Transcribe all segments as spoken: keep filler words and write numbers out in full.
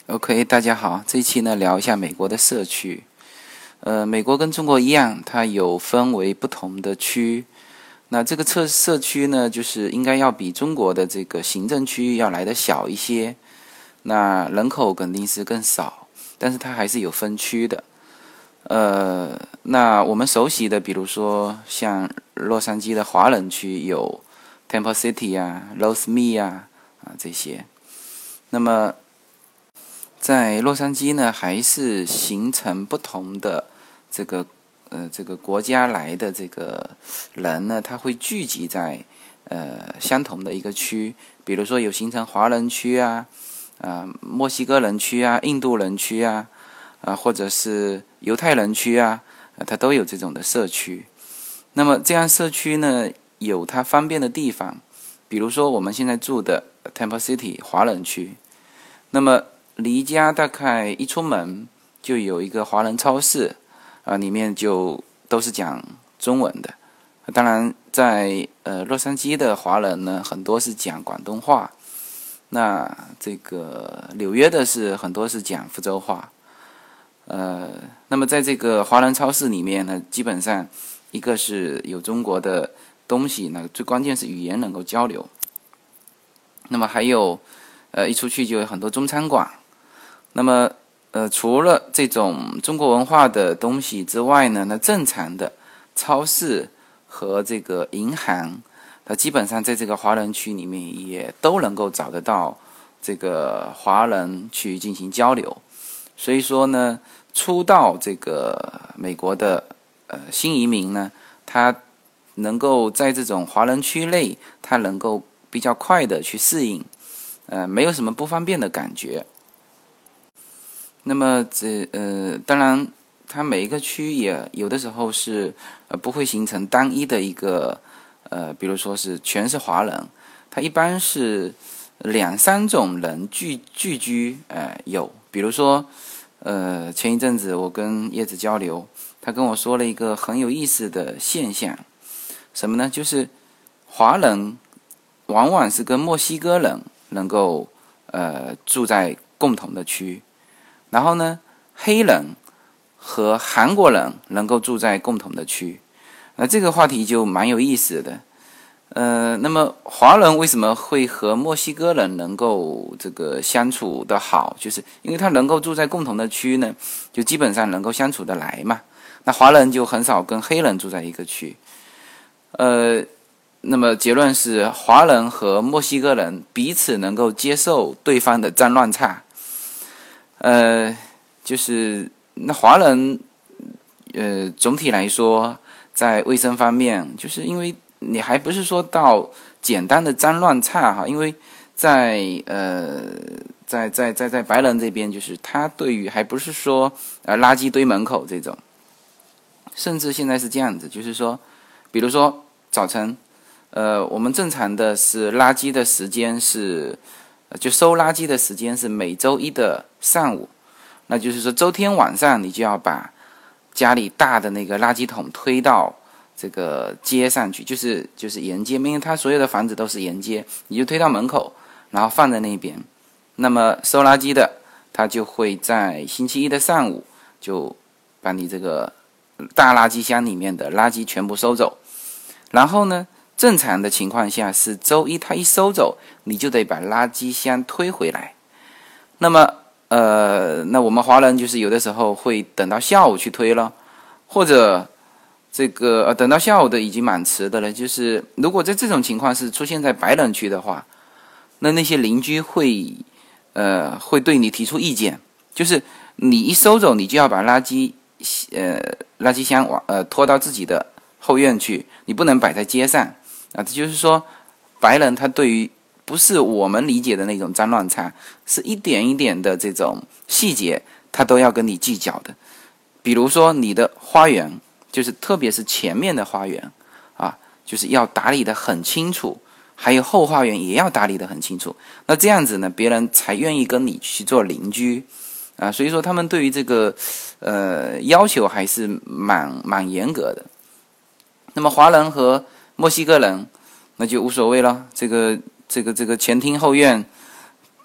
OK， 大家好，这一期呢聊一下美国的社区。呃，美国跟中国一样，它有分为不同的区。那这个社社区呢，就是应该要比中国的这个行政区域要来的小一些。那人口肯定是更少，但是它还是有分区的。呃，那我们熟悉的，比如说像洛杉矶的华人区有 Temple City 啊、Rosemead 啊啊这些。那么在洛杉矶呢，还是形成不同的这个呃这个国家来的这个人呢，他会聚集在呃相同的一个区，比如说有形成华人区啊、啊、呃、墨西哥人区啊、印度人区啊、啊、呃、或者是犹太人区啊，呃，它都有这种的社区。那么这样社区呢，有它方便的地方，比如说我们现在住的 Temple City 华人区，那么离家大概一出门就有一个华人超市，啊、呃，里面就都是讲中文的。当然在，呃洛杉矶的华人呢，很多是讲广东话。那这个纽约的是很多是讲福州话。呃，那么在这个华人超市里面呢，基本上一个是有中国的东西，那最关键是语言能够交流。那么还有，呃，一出去就有很多中餐馆。那么，呃，除了这种中国文化的东西之外呢，那正常的超市和这个银行，它基本上在这个华人区里面也都能够找得到这个华人去进行交流。所以说呢，初到这个美国的呃新移民呢，他能够在这种华人区内，他能够比较快的去适应，呃，没有什么不方便的感觉。那么这呃，当然，它每一个区也有的时候是呃不会形成单一的一个呃，比如说是全是华人，它一般是两三种人聚聚居，呃，有，比如说呃前一阵子我跟叶子交流，他跟我说了一个很有意思的现象，什么呢？就是华人往往是跟墨西哥人能够呃住在共同的区。然后呢，黑人和韩国人能够住在共同的区，那这个话题就蛮有意思的。呃，那么华人为什么会和墨西哥人能够这个相处的好？就是因为他能够住在共同的区呢，就基本上能够相处得来嘛。那华人就很少跟黑人住在一个区。呃，那么结论是，华人和墨西哥人彼此能够接受对方的脏乱差。呃，就是那华人，呃，总体来说，在卫生方面，就是因为你还不是说到简单的脏乱差哈，因为在呃，在在在在白人这边，就是他对于还不是说呃垃圾堆门口这种，甚至现在是这样子，就是说，比如说早晨，呃，我们正常的是垃圾的时间是。就收垃圾的时间是每周一的上午，那就是说周天晚上你就要把家里大的那个垃圾桶推到这个街上去，就是就是沿街，因为它所有的房子都是沿街，你就推到门口，然后放在那边。那么收垃圾的他就会在星期一的上午就把你这个大垃圾箱里面的垃圾全部收走，然后呢，正常的情况下是周一他一收走，你就得把垃圾箱推回来。那么，呃，那我们华人就是有的时候会等到下午去推了，或者这个呃等到下午的已经蛮迟的了。就是如果在这种情况是出现在白人区的话，那那些邻居会呃会对你提出意见，就是你一收走，你就要把垃圾呃垃圾箱往呃拖到自己的后院去，你不能摆在街上。啊，这就是说，白人他对于不是我们理解的那种脏乱差，是一点一点的这种细节，他都要跟你计较的。比如说你的花园，就是特别是前面的花园啊，就是要打理得很清楚，还有后花园也要打理得很清楚。那这样子呢，别人才愿意跟你去做邻居啊。所以说，他们对于这个呃要求还是蛮蛮严格的。那么华人和墨西哥人那就无所谓了，这个这个这个前厅后院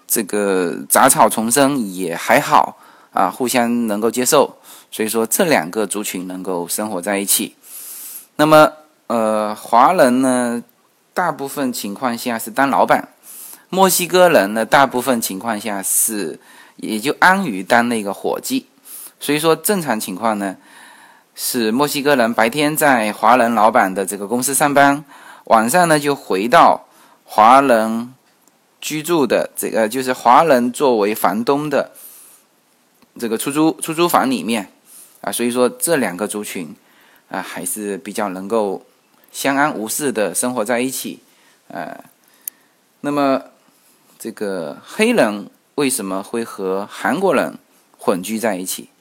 这个杂草丛生也还好啊，互相能够接受，所以说这两个族群能够生活在一起。那么呃，华人呢，大部分情况下是当老板，墨西哥人呢，大部分情况下是也就安于当那个伙计。所以说正常情况呢，是墨西哥人白天在华人老板的这个公司上班，晚上呢就回到华人居住的这个就是华人作为房东的这个出租出租房里面啊，所以说这两个族群啊还是比较能够相安无事的生活在一起。呃，那么这个黑人为什么会和韩国人混居在一起？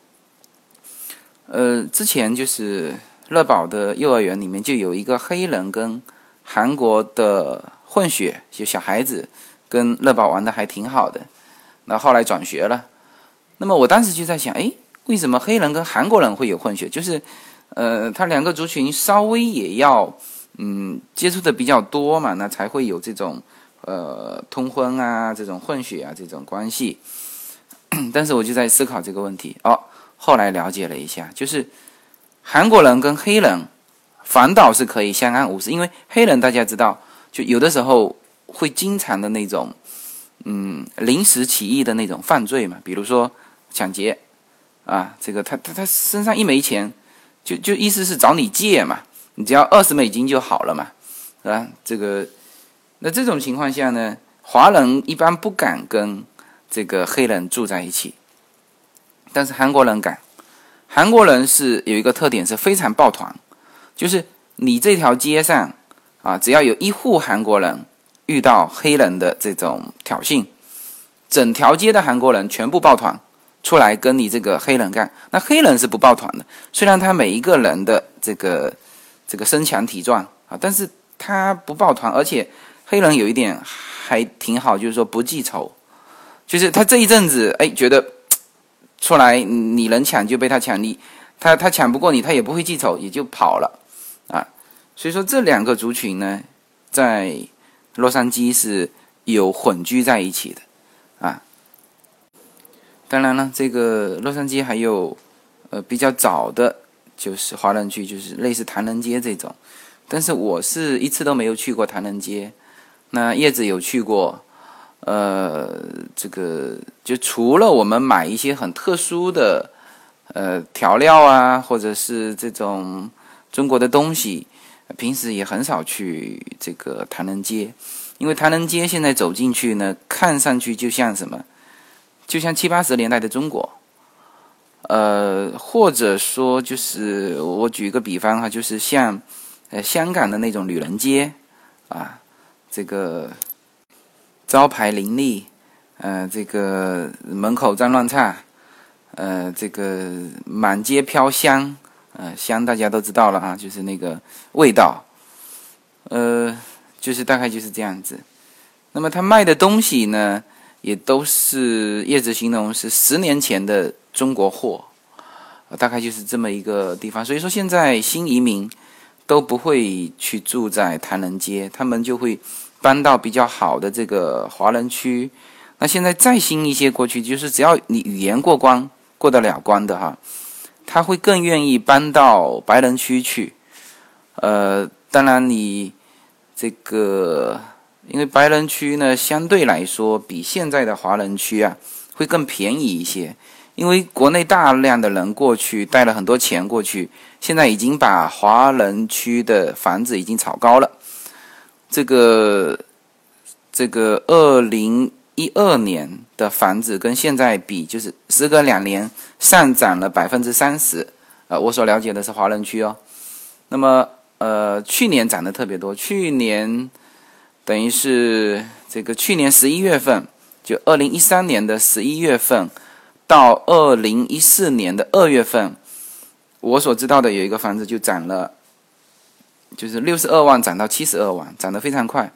呃，之前就是乐宝的幼儿园里面就有一个黑人跟韩国的混血，就小孩子跟乐宝玩的还挺好的，那后来转学了。那么我当时就在想，诶，为什么黑人跟韩国人会有混血？就是呃，他两个族群稍微也要嗯接触的比较多嘛，那才会有这种呃通婚啊，这种混血啊这种关系。但是我就在思考这个问题哦，后来了解了一下，就是韩国人跟黑人反倒是可以相安无事，因为黑人大家知道，就有的时候会经常的那种嗯临时起意的那种犯罪嘛，比如说抢劫啊，这个他他他身上一没钱，就就意思是找你借嘛，你只要二十美金就好了嘛，啊，这个那这种情况下呢，华人一般不敢跟这个黑人住在一起，但是韩国人敢。韩国人是有一个特点是非常抱团，就是你这条街上啊，只要有一户韩国人遇到黑人的这种挑衅，整条街的韩国人全部抱团出来跟你这个黑人干。那黑人是不抱团的，虽然他每一个人的这个这个身强体壮啊，但是他不抱团，而且黑人有一点还挺好，就是说不记仇，就是他这一阵子哎觉得出来你能抢就被他抢，你他他抢不过你，他也不会记仇，也就跑了啊。所以说这两个族群呢，在洛杉矶是有混居在一起的啊。当然了，这个洛杉矶还有呃比较早的就是华人区，就是类似唐人街这种，但是我是一次都没有去过唐人街。那叶子有去过，呃，这个就除了我们买一些很特殊的呃调料啊，或者是这种中国的东西，平时也很少去这个唐人街，因为唐人街现在走进去呢，看上去就像什么，就像七八十年代的中国，呃，或者说就是我举一个比方哈，就是像呃香港的那种女人街啊。这个招牌林立，呃，这个门口脏乱差，呃，这个满街飘香，呃，香大家都知道了啊，就是那个味道，呃，就是大概就是这样子。那么他卖的东西呢，也都是叶子形容是十年前的中国货，呃，大概就是这么一个地方。所以说现在新移民都不会去住在唐人街，他们就会搬到比较好的这个华人区。那现在再新一些过去，就是只要你语言过关过得了关的哈，他会更愿意搬到白人区去。呃，当然你这个因为白人区呢相对来说比现在的华人区啊会更便宜一些，因为国内大量的人过去带了很多钱过去，现在已经把华人区的房子已经炒高了。这个这个二零一二年的房子跟现在比，就是时隔两年上涨了百分之三十。呃，我所了解的是华人区哦。那么呃，去年涨得特别多，去年等于是这个去年十一月份，就二零一三年的十一月份到二零一四年的二月份，我所知道的有一个房子就涨了。就是六十二万涨到七十二万，涨得非常快。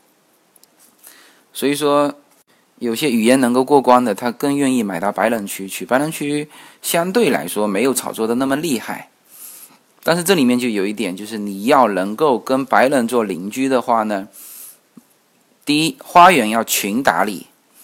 所以说，有些语言能够过关的，他更愿意买到白人区去。白人区相对来说没有炒作的那么厉害，但是这里面就有一点，就是你要能够跟白人做邻居的话呢，第一，花园要群打理，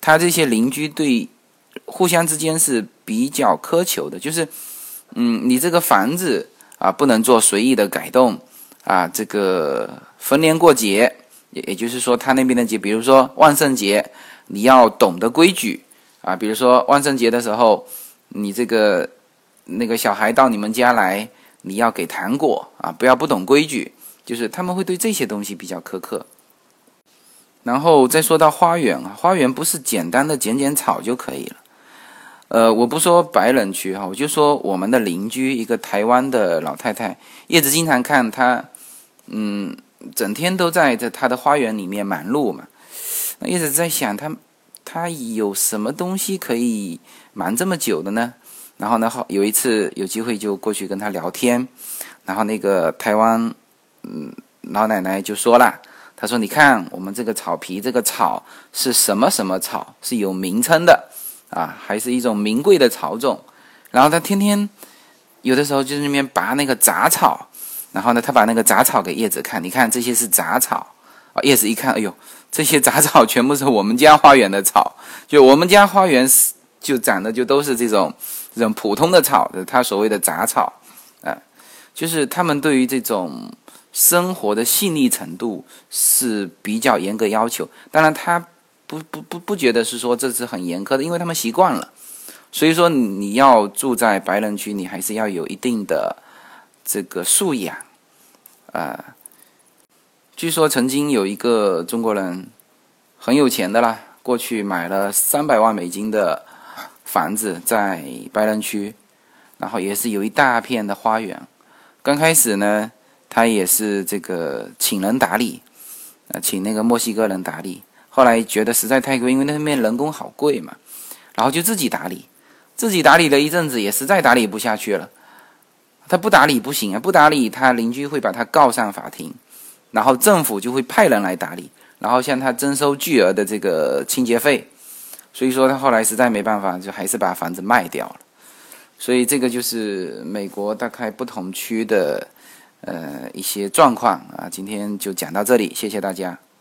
他这些邻居对互相之间是比较苛求的，就是嗯，你这个房子啊不能做随意的改动啊，这个逢年过节，也也就是说他那边的节，比如说万圣节，你要懂得规矩啊，比如说万圣节的时候，你这个那个小孩到你们家来，你要给糖果啊，不要不懂规矩，就是他们会对这些东西比较苛刻。然后再说到花园啊，花园不是简单的剪剪草就可以了。呃，我不说白人区哈，我就说我们的邻居一个台湾的老太太，叶子经常看她，嗯，整天都在这她的花园里面忙碌嘛。那叶子在想，她她有什么东西可以忙这么久的呢？然后呢，有一次有机会就过去跟她聊天，然后那个台湾嗯老奶奶就说了。他说：“你看，我们这个草皮，这个草是什么什么草，是有名称的啊，还是一种名贵的草种。然后他天天有的时候就在那边拔那个杂草，然后呢，他把那个杂草给叶子看，你看这些是杂草啊。叶子一看，哎呦，这些杂草全部是我们家花园的草，就我们家花园就长的就都是这种这种普通的草，他所谓的杂草啊，就是他们对于这种。”生活的细腻程度是比较严格要求，当然他不不不不觉得是说这是很严苛的，因为他们习惯了。所以说你要住在白人区，你还是要有一定的这个素养啊、呃。据说曾经有一个中国人很有钱的啦，过去买了三百万美金的房子在白人区，然后也是有一大片的花园。刚开始呢。他也是这个请人打理，呃，请那个墨西哥人打理。后来觉得实在太贵，因为那边人工好贵嘛，然后就自己打理。自己打理了一阵子，也实在打理不下去了。他不打理不行啊，不打理他邻居会把他告上法庭，然后政府就会派人来打理，然后向他征收巨额的这个清洁费。所以说他后来实在没办法，就还是把房子卖掉了。所以这个就是美国大概不同区的。呃，一些状况啊，今天就讲到这里，谢谢大家。